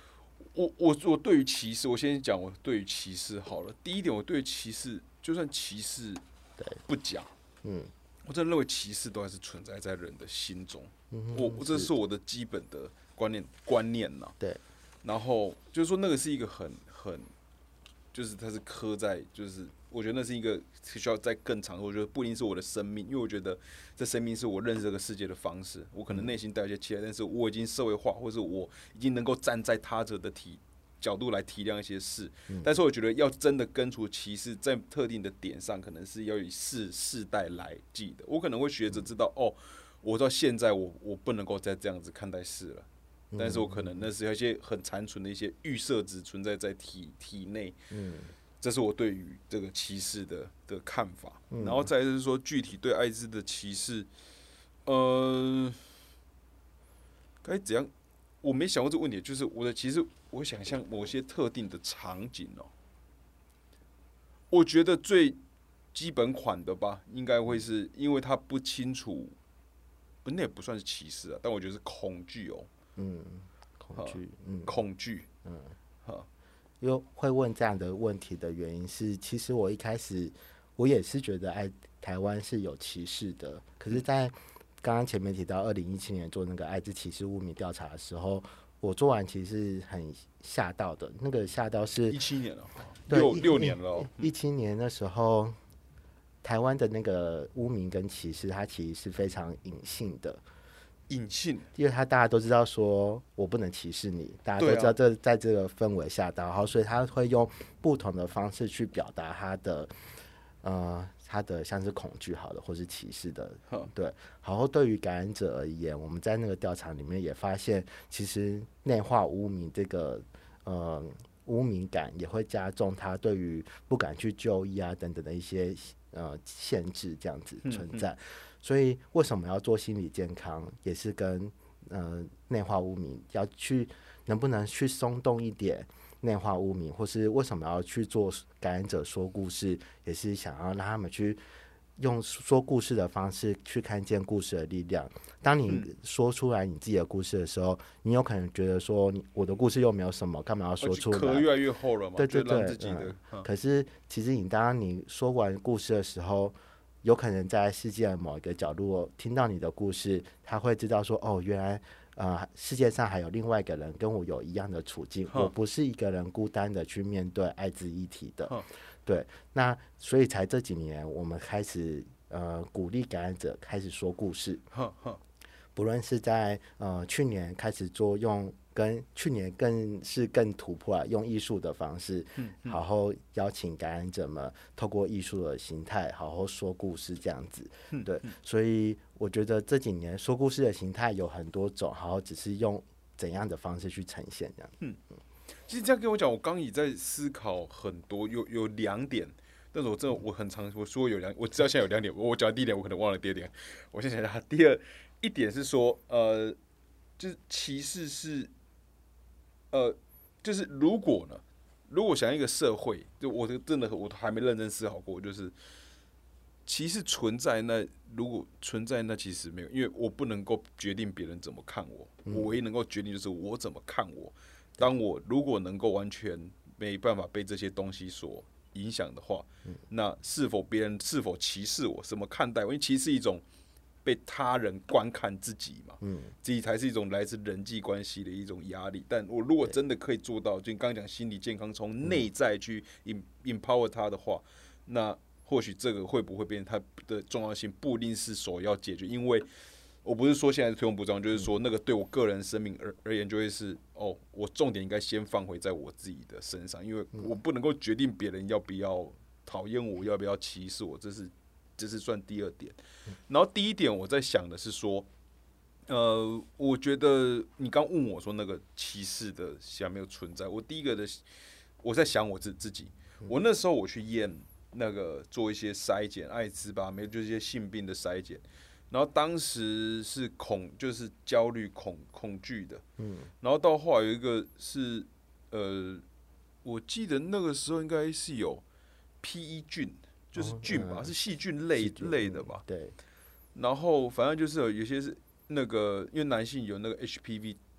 我我我对于歧视，我先讲我对于歧视好了。第一点，我对于歧视，就算歧视不讲，嗯，我真的认为歧视都还是存在在人的心中。嗯、我这是我的基本的观念观念呐。 对。 然后就是说，那个是一个很很，就是它是刻在，就是我觉得那是一个需要在更长。我觉得不一定是我的生命，因为我觉得这生命是我认识这个世界的方式。我可能内心带一些期待，但是我已经社会化，或是我已经能够站在他者的体角度来体谅一些事。但是我觉得要真的根除歧视，在特定的点上，可能是要以世世代来记的。我可能会学着知道，哦，我到现在我我不能够再这样子看待事了。但是我可能那是有一些很残存的一些预设值存在在体体内，嗯，这是我对于这个歧视的的看法。嗯、然后再来就是说，具体对艾滋的歧视，呃，该怎样？我没想过这个问题，就是我的其实我想象某些特定的场景哦，我觉得最基本款的吧，应该会是因为他不清楚，那也不算是歧视啊，但我觉得是恐惧哦。 嗯，恐惧，嗯， 恐惧，嗯， 因为会问这样的问题的原因是，其实我一开始我也是觉得爱台湾是有歧视的，可是，在刚刚前面提到二零一七年做那个艾滋歧视污名调查的时候，我做完其实是很吓到的。那个吓到是一七年了，六六年了， 一七年那时候，台湾的那个污名跟歧视，它其实是非常隐性的。 隐性， 因为他大家都知道说我不能歧视你，大家都知道这在这个氛围下，然后所以他会用不同的方式去表达他的呃他的像是恐惧好的或是歧视的，对。然后对于感染者而言，我们在那个调查里面也发现，其实内化污名这个呃污名感也会加重他对于不敢去就医啊等等的一些呃限制，这样子存在。嗯嗯，所以为什么要做心理健康，也是跟呃内化污名要去能不能去松动一点内化污名，或是为什么要去做感染者说故事，也是想要让他们去用说故事的方式去看见故事的力量。当你说出来你自己的故事的时候，你有可能觉得说我的故事又没有什么，干嘛要说出来？ 壳越来越厚了嘛， 对对对， 嗯嗯。可是其实你当你说完故事的时候，有可能在世界的某一个角落听到你的故事，他会知道说，哦，原来呃世界上还有另外一个人跟我有一样的处境，我不是一个人孤单的去面对艾滋议题的。对，那所以才这几年我们开始呃鼓励感染者开始说故事，不论是在呃去年开始做用。跟去年更是更突破了，用艺术的方式，好好邀请感染者们透过艺术的形态，好好说故事这样子。对，所以我觉得这几年说故事的形态有很多种，好好只是用怎样的方式去呈现这样。嗯， 其实这样跟我讲，我刚也在思考很多，有有两点，但是我真的我很常我说有两，我知道现在有两点，我讲第一点，我可能忘了第二点，我先想想，第二一点是说，呃，就是歧视是。呃，就是如果呢，如果想要一个社会，就我真的我还没认真思考过，就是歧视存在那，如果存在那其实没有，因为我不能够决定别人怎么看我，我唯一能够决定就是我怎么看我。当我如果能够完全没办法被这些东西所影响的话，那是否别人是否歧视我，怎么看待我？因为歧视一种。被他人观看自己嘛，嗯，自己才是一种来自人际关系的一种压力。但我如果真的可以做到，就你刚刚讲心理健康，从内在去 empower 他的话，那或许这个会不会变成它的重要性，不一定是首要解决。因为我不是说现在推动不重，就是说那个对我个人生命而而言，就会是哦，我重点应该先放回在我自己的身上，因为我不能够决定别人要不要讨厌我，要不要歧视我，这是。这是算第二点，然后第一点我在想的是说，呃，我觉得你刚问我说那个歧视的想没有存在，我第一个的我在想我自自己，我那时候我去验那个做一些筛检，艾滋吧，没有就是一些性病的筛检，然后当时是恐就是焦虑恐恐惧的，嗯，然后到后来有一个是呃，我记得那个时候应该是有 P E 菌。就是菌吧，哦嗯、是细菌类类的吧。 对。 然后反正就是有有些是那个，因为男性有那个 H P V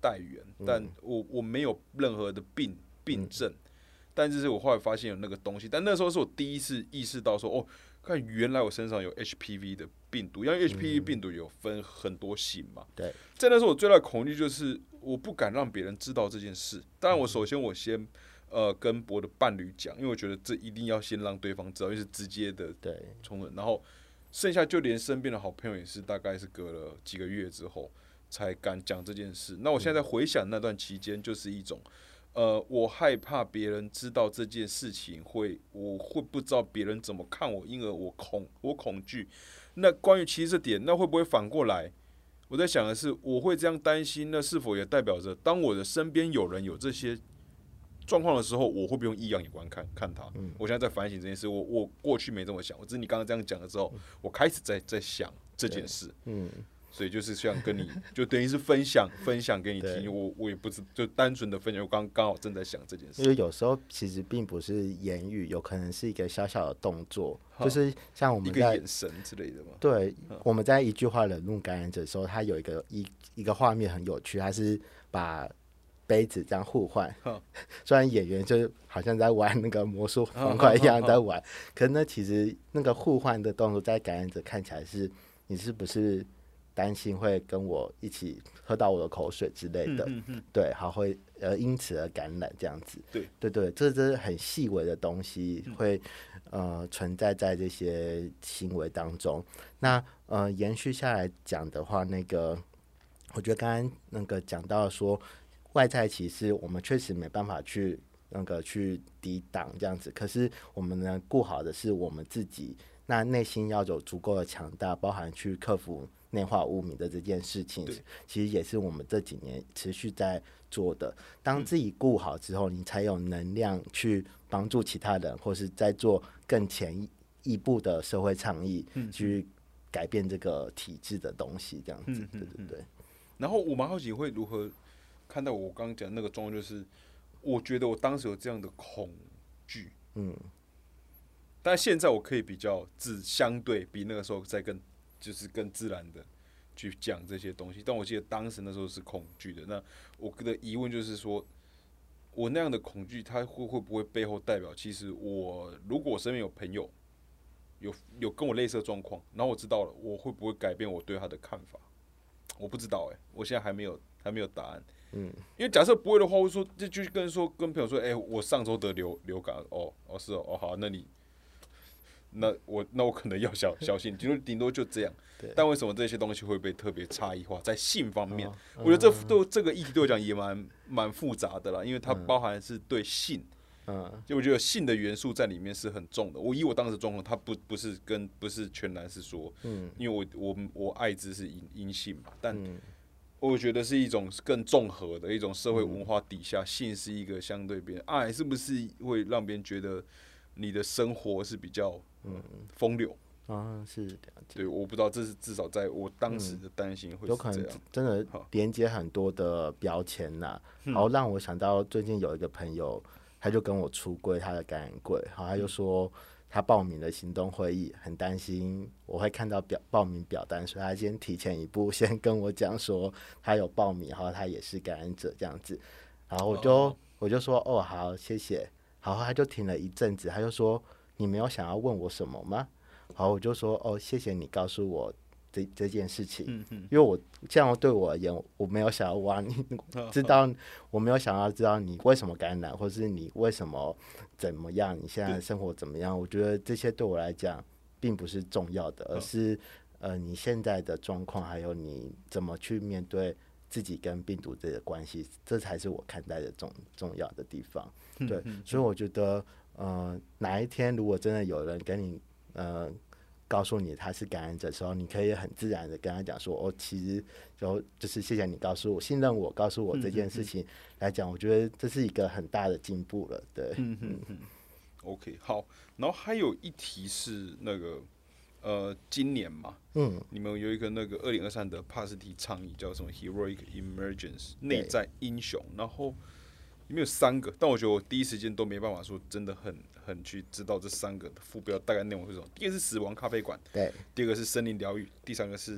带源，但我我没有任何的病病症，嗯、但就是我后来发现有那个东西，但那时候是我第一次意识到说，哦，看原来我身上有 H P V 的病毒，因为 H P V 病毒有分很多型嘛。 对、嗯， 在那时候我最大的恐惧就是我不敢让别人知道这件事。当然，我首先我先呃跟我的伴侣讲，因为我觉得这一定要先让对方知道，因为是直接的冲突。然后剩下就连身边的好朋友也是，大概是隔了几个月之后才敢讲这件事。那我现在在回想那段期间，就是一种。呃，我害怕别人知道这件事情会，我会不知道别人怎么看我，因而我恐我恐惧。那关于其实这点，那会不会反过来？我在想的是，我会这样担心，那是否也代表着，当我的身边有人有这些状况的时候，我会不会用异样眼光看看他？嗯、我现在在反省这件事，我我过去没这么想，我只是你刚刚这样讲了之后，我开始在在想这件事。嗯。所以就是想跟你，就等于是分享分享给你听，我我也不是就单纯的分享，我刚刚好正在想这件事。 因为有时候其实并不是言语，有可能是一个小小的动作，就是像我们在一个眼神之类的嘛。 对，我们在一句话冷落感染者的时候，他有一个一一个画面很有趣，他是把杯子这样互换，虽然演员就好像在玩那个魔术方块一样在玩，可是那其实那个互换的动作在感染者看起来是，你是不是？担心会跟我一起喝到我的口水之类的，嗯嗯嗯对，好会呃因此而感染这样子， 对对对，这这是很细微的东西会呃存在在这些行为当中。那呃延续下来讲的话，那个我觉得刚刚那个讲到说外在歧视，我们确实没办法去那个去抵挡这样子，可是我们呢顾好的是我们自己，那内心要有足够的强大，包含去克服。内化污名的这件事情，其实也是我们这几年持续在做的。当自己顾好之后，你才有能量去帮助其他人，或是在做更前一步的社会倡议，嗯、去改变这个体制的东西，这样子，嗯、对对对。 然后我蛮好奇会如何看到我刚刚讲那个状况，就是我觉得我当时有这样的恐惧，嗯，但现在我可以比较自相对比那个时候再更。就是更自然的去讲这些东西，但我记得当时那时候是恐惧的。那我的疑问就是说，我那样的恐惧，它会会不会背后代表，其实我如果我身边有朋友有有跟我类似的状况，然后我知道了，我会不会改变我对他的看法？我不知道哎、欸，我现在还没有还没有答案。嗯，因为假设不会的话，我说就就跟说跟朋友说，哎、欸，我上周得流流感，哦哦是哦哦好，那你。那我那我可能要小小心，顶多顶多就这样。但为什么这些东西会被特别差异化？在性方面，哦嗯、我觉得这对这个议题对我讲也蛮蛮复杂的啦，因为它包含是对性，嗯，就我觉得性的元素在里面是很重的。我以我当时的状况，它不不是跟不是全然是说，嗯，因为我我我艾滋是阴阴性嘛，但我觉得是一种更综合的一种社会文化底下，性是一个相对别人爱是不是会让别人觉得你的生活是比较。嗯，风流啊，是这样。 对，我不知道，这是至少在我当时的担心会是这样、嗯、有可能真的连接很多的标签呐、然后让我想到最近有一个朋友，他就跟我出柜他的感染柜，好，他就说他报名了行动会议，很担心我会看到表报名表单，所以他先提前一步先跟我讲说他有报名，然后他也是感染者这样子，然后我就、哦、我就说哦好谢谢，然后他就停了一阵子，他就说。你没有想要问我什么吗？好，我就说哦，谢谢你告诉我这这件事情，嗯嗯、因为我这样对我而言，我没有想要挖你知道，我没有想要知道你为什么感染，或是你为什么怎么样，你现在生活怎么样？我觉得这些对我来讲并不是重要的，而是呃你现在的状况，还有你怎么去面对自己跟病毒这个关系，这才是我看待的重重要的地方。对，嗯嗯、所以我觉得。呃，哪一天如果真的有人跟你呃告诉你他是感染者的时候，你可以很自然的跟他讲说，哦，其实就就是谢谢你告诉我，信任我，告诉我这件事情来讲，我觉得这是一个很大的进步了，对。嗯嗯嗯。OK， 好，然后还有一题是那个呃，今年嘛，嗯，你们有一个那个二零二三的帕斯提倡议叫什么 Heroic Emergence 内在英雄，然后。里面有三个，但我觉得我第一时间都没办法说真的很很去知道这三个的副标大概内容是什么。第一个是死亡咖啡馆， 对； 第二个是森林疗愈，第三个是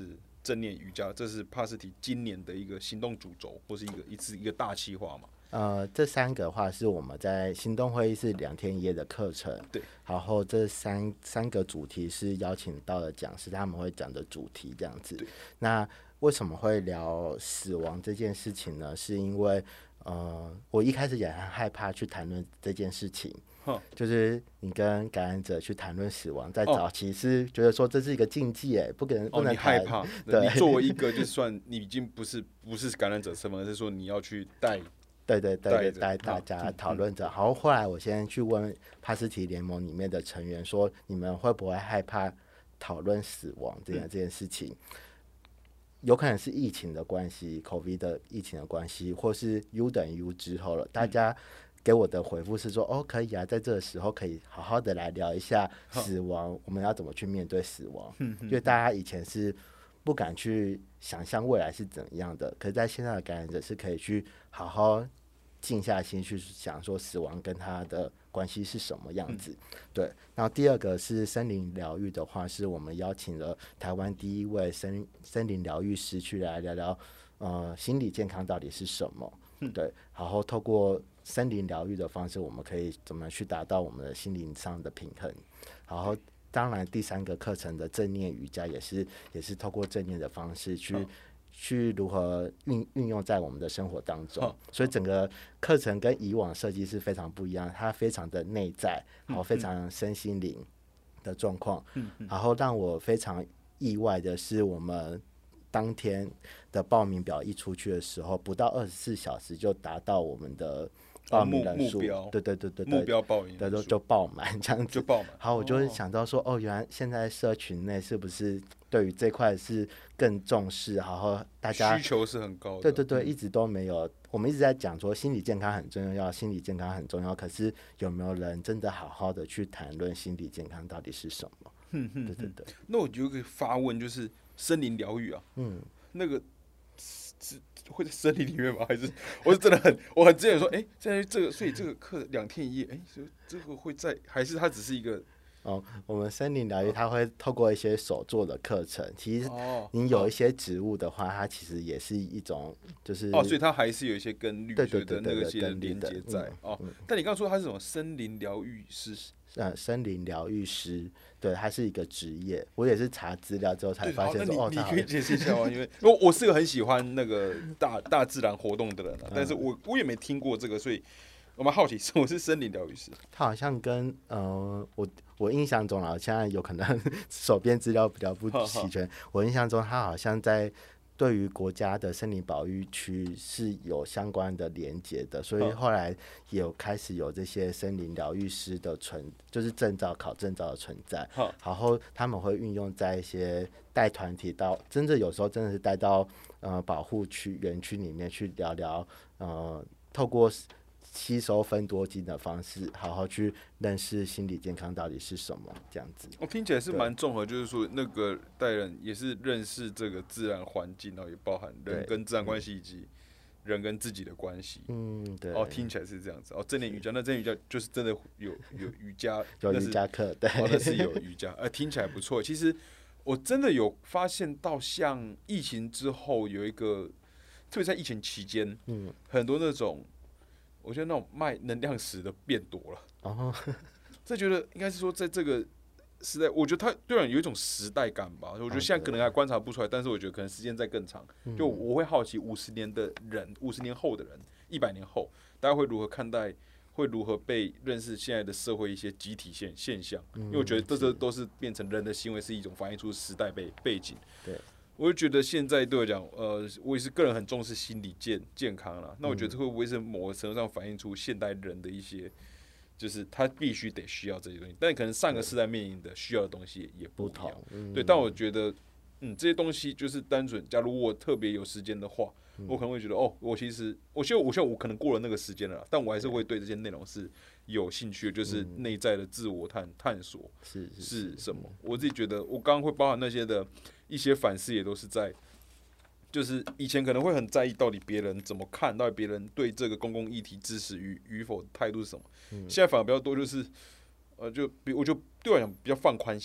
正念瑜伽，这是帕斯提今年的一个行动主轴，或是一个一次一个大企划嘛？ 呃，这三个的话是我们在行动会议是两天一夜的课程， 对， 然后这三三个主题是邀请到的讲师，他们会讲的主题这样子。那为什么会聊死亡这件事情呢？是因为呃，我一开始也很害怕去谈论这件事情。就是你跟感染者去谈论死亡，在早期是觉得说这是一个禁忌，哎，不可能不能谈。 哦，你害怕？对，你作为一个就算你已经不是不是感染者身份，而是说你要去带， 对对对对，带大家讨论着。好，后来我先去问帕斯提联盟里面的成员说，你们会不会害怕讨论死亡这件这件事情？有可能是疫情的关系 ，COVID 的疫情的关系，或是 U 等于 U 之后了，大家。给我的回复是说，哦，可以啊，在这个时候可以好好的来聊一下死亡，我们要怎么去面对死亡？因为大家以前是不敢去想象未来是怎样的，可是在现在的感染者是可以去好好静下心去想说死亡跟他的关系是什么样子。对，然后第二个是森林疗愈的话，是我们邀请了台湾第一位森森林疗愈师去来聊聊，呃，心理健康到底是什么？对，然后透过森林疗愈的方式，我们可以怎么去达到我们的心灵上的平衡？然后，当然第三个课程的正念瑜伽也是也是透过正念的方式去、哦、去如何运运用在我们的生活当中。哦、所以整个课程跟以往设计是非常不一样，它非常的内在，然后非常身心灵的状况。嗯嗯、然后让我非常意外的是，我们当天的报名表一出去的时候，不到二十四小时就达到我们的报名人数， 哦、 对对对对目标报名人数就爆满这样子， 就爆满。 好，我就会想到说，哦，原来现在社群内是不是对于这块是更重视，然后大家需求是很高的， 对对对，一直都没有。我们一直在讲说心理健康很重要，心理健康很重要，可是有没有人真的好好的去谈论心理健康到底是什么？ 嗯嗯， 对对对。 那我就可以发问，就是森林疗愈啊，嗯，那个是会在森林里面吗？还是我是真的很我很之前说，哎、欸，现在这个所以这个课两天一夜，哎、欸，这个会在还是它只是一个？ 哦，我们森林疗愈它会透过一些手做的课程，其实你有一些植物的话，它其实也是一种就是哦，所以它还是有一些跟绿学的那个些连接在、嗯、哦、嗯。但你刚刚说它是什么森林疗愈师？ 呃，森林疗愈师，对，它是一个职业。我也是查资料之后才发现说，哦， 你可以解释一下吗？因为我我是个很喜欢那个大大自然活动的人、啊，但是我我也没听过这个，所以我蛮好奇，什么是森林疗愈师？ 他好像跟呃，我我印象中啊，现在有可能手边资料比较不齐全，我印象中他好像在。对于国家的森林保育区是有相关的连结的，所以后来也有开始有这些森林疗愈师的存，就是证照考证照的存在。然后他们会运用在一些带团体到，真的有时候真的是带到呃保护区园区里面去聊聊，呃，透过吸收分多精的方式，好好去认识心理健康到底是什么，这样子。 我、哦、听起来是蛮综合，就是说那个带人也是认识这个自然环境，然后也包含人跟自然关系以及人跟自己的关系。 嗯，对。 哦，听起来是这样子。哦，正念瑜伽，那正念瑜伽就是真的有有瑜伽， 有瑜伽课，对， 哦，那是有瑜伽，呃，听起来不错。其实我真的有发现到，像疫情之后有一个，特别在疫情期间，嗯，很多那种。我觉得那种卖能量石的变多了，哦，这觉得应该是说，在这个时代，我觉得它对人有一种时代感吧。我觉得现在可能还观察不出来，但是我觉得可能时间再更长。就我会好奇，五十年的人，五十年后的人，一百年后，大家会如何看待，会如何被认识现在的社会一些集体现现象？因为我觉得这这都是变成人的行为是一种反映出时代背背景。 对。 我就觉得现在对我讲，呃，我也是个人很重视心理健健康啦。那我觉得这会不会是某个程度上反映出现代人的一些，就是他必须得需要这些东西，但可能上个世代面临的需要的东西也不一样。 嗯、 对，但我觉得，嗯，这些东西就是单纯，假如我特别有时间的话， 嗯、 我可能会觉得，哦，我其实，我希望，我希望我可能过了那个时间了啦，但我还是会对这些内容是有兴趣的，就是内在的自我探探索是是什么。我自己觉得，我刚刚会包含那些的。一些反思也都是在，就是以前可能会很在意到底别人怎么看，到底别人对这个公共议题支持与与否态度是什么。嗯、现在反而比较多就是，呃，就比我就对我来讲比较放宽心，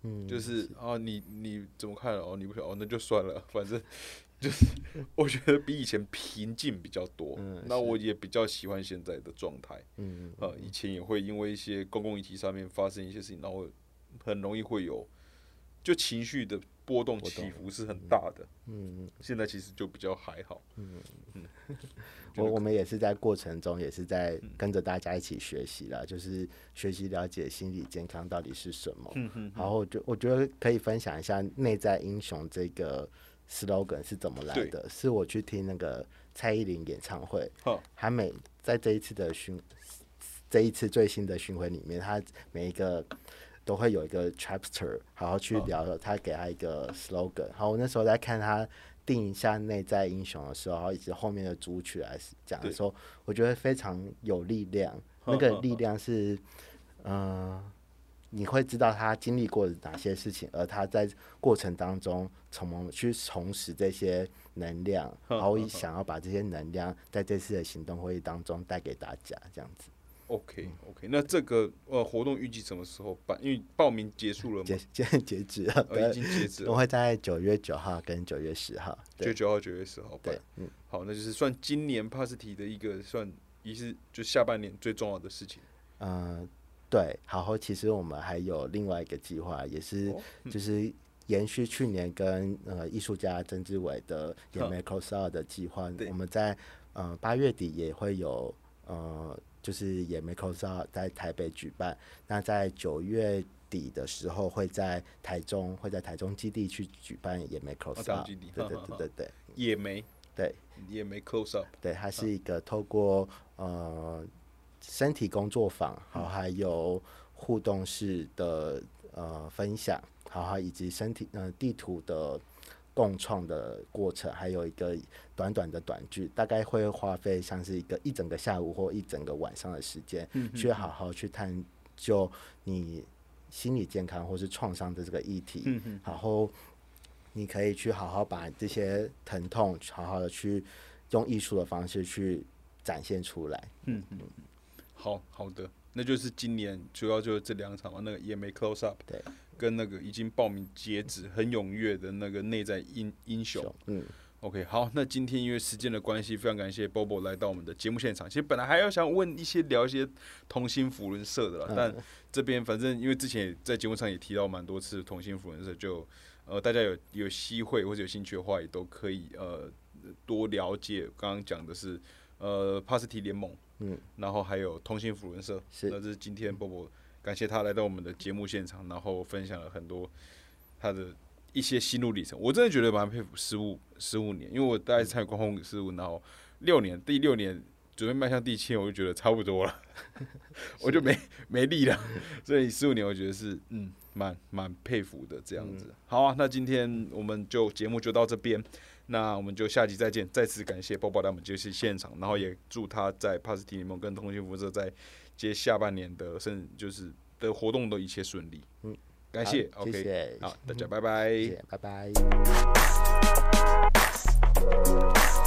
嗯， 就是啊，你你怎么看哦？你不想哦，那就算了，反正就是我觉得比以前平静比较多。 嗯， 那我也比较喜欢现在的状态。 嗯呃，以前也会因为一些公共议题上面发生一些事情，然后很容易会有就情绪的波动起伏是很大的。嗯，现在其实就比较还好。嗯嗯， 我我们也是在过程中，也是在跟着大家一起学习啦，就是学习了解心理健康到底是什么。嗯嗯，然后我觉我觉得可以分享一下内在英雄这个 slogan 是怎么来的，是我去听那个蔡依林演唱会，他每在这一次的巡这一次最新的巡回里面，他每一个都会有一个 chapter 好好去聊，他给他一个 slogan。好，我那时候在看他定一下内在英雄的时候，然后以及后面的主曲来讲的时候，我觉得非常有力量。那个力量是，嗯、呃，你会知道他经历过哪些事情，而他在过程当中从去重拾这些能量，然后想要把这些能量在这次的行动会议当中带给大家，这样子。 OK OK， 那这个呃活动预计什么时候办？因为报名结束了吗？ 截截截止了， 呃，已经截止了。 我会在九月九号跟九月十号， 九月九号、九月十号办。 嗯， 好，那就是算今年 Pasity 的一个算也是就下半年最重要的事情。 嗯、呃，对。然后其实我们还有另外一个计划，也是就是延续去年跟呃艺术家曾志伟的也 Microsoft 的计划，我们在呃八月底也会有呃。就是也 Microsoft 在台北举办，那在九月底的时候会在台中，会在台中基地去举办也 Microsoft，、哦、 基地， 对对对对对， 也没对也没 close up， 对，它是一个透过呃身体工作坊，好还有互动式的呃分享，好还以及身体呃地图的共创的过程，还有一个短短的短剧，大概会花费像是一个一整个下午或一整个晚上的时间，嗯、去好好去探究你心理健康或是创伤的这个议题，嗯、然后你可以去好好把这些疼痛，好好的去用艺术的方式去展现出来。 嗯嗯，好好的，那就是今年主要就是这两场嘛，那个也没 close up， 对。 跟那个已经报名截止、很踊跃的那个内在英英雄，嗯 ，OK， 好，那今天因为时间的关系，非常感谢 Bobo 来到我们的节目现场。其实本来还要想问一些聊一些同心辅伦社的啦，嗯、但这边反正因为之前也在节目上也提到蛮多次同心辅伦社，就呃大家有有机会或者有兴趣的话，也都可以呃多了解。刚刚讲的是呃帕斯提联盟，嗯，然后还有同心辅伦社，那这是今天 Bobo。感谢他来到我们的节目现场，然后分享了很多他的一些心路历程。我真的觉得蛮佩服十五十五年，因为我大概参与光红十五，然后六年，第六年准备迈向第七年，我就觉得差不多了，我就没没力了。所以十五年，我觉得是嗯蛮蛮佩服的这样子。嗯、好啊，那今天我们就节目就到这边，那我们就下集再见。再次感谢包包来我们节目现场，然后也祝他在帕斯提联盟跟同心辐射在接下半年的甚至就是的活动都一切顺利。嗯，感谢 ，OK， 谢谢， 好，大家拜拜， 谢谢，拜拜。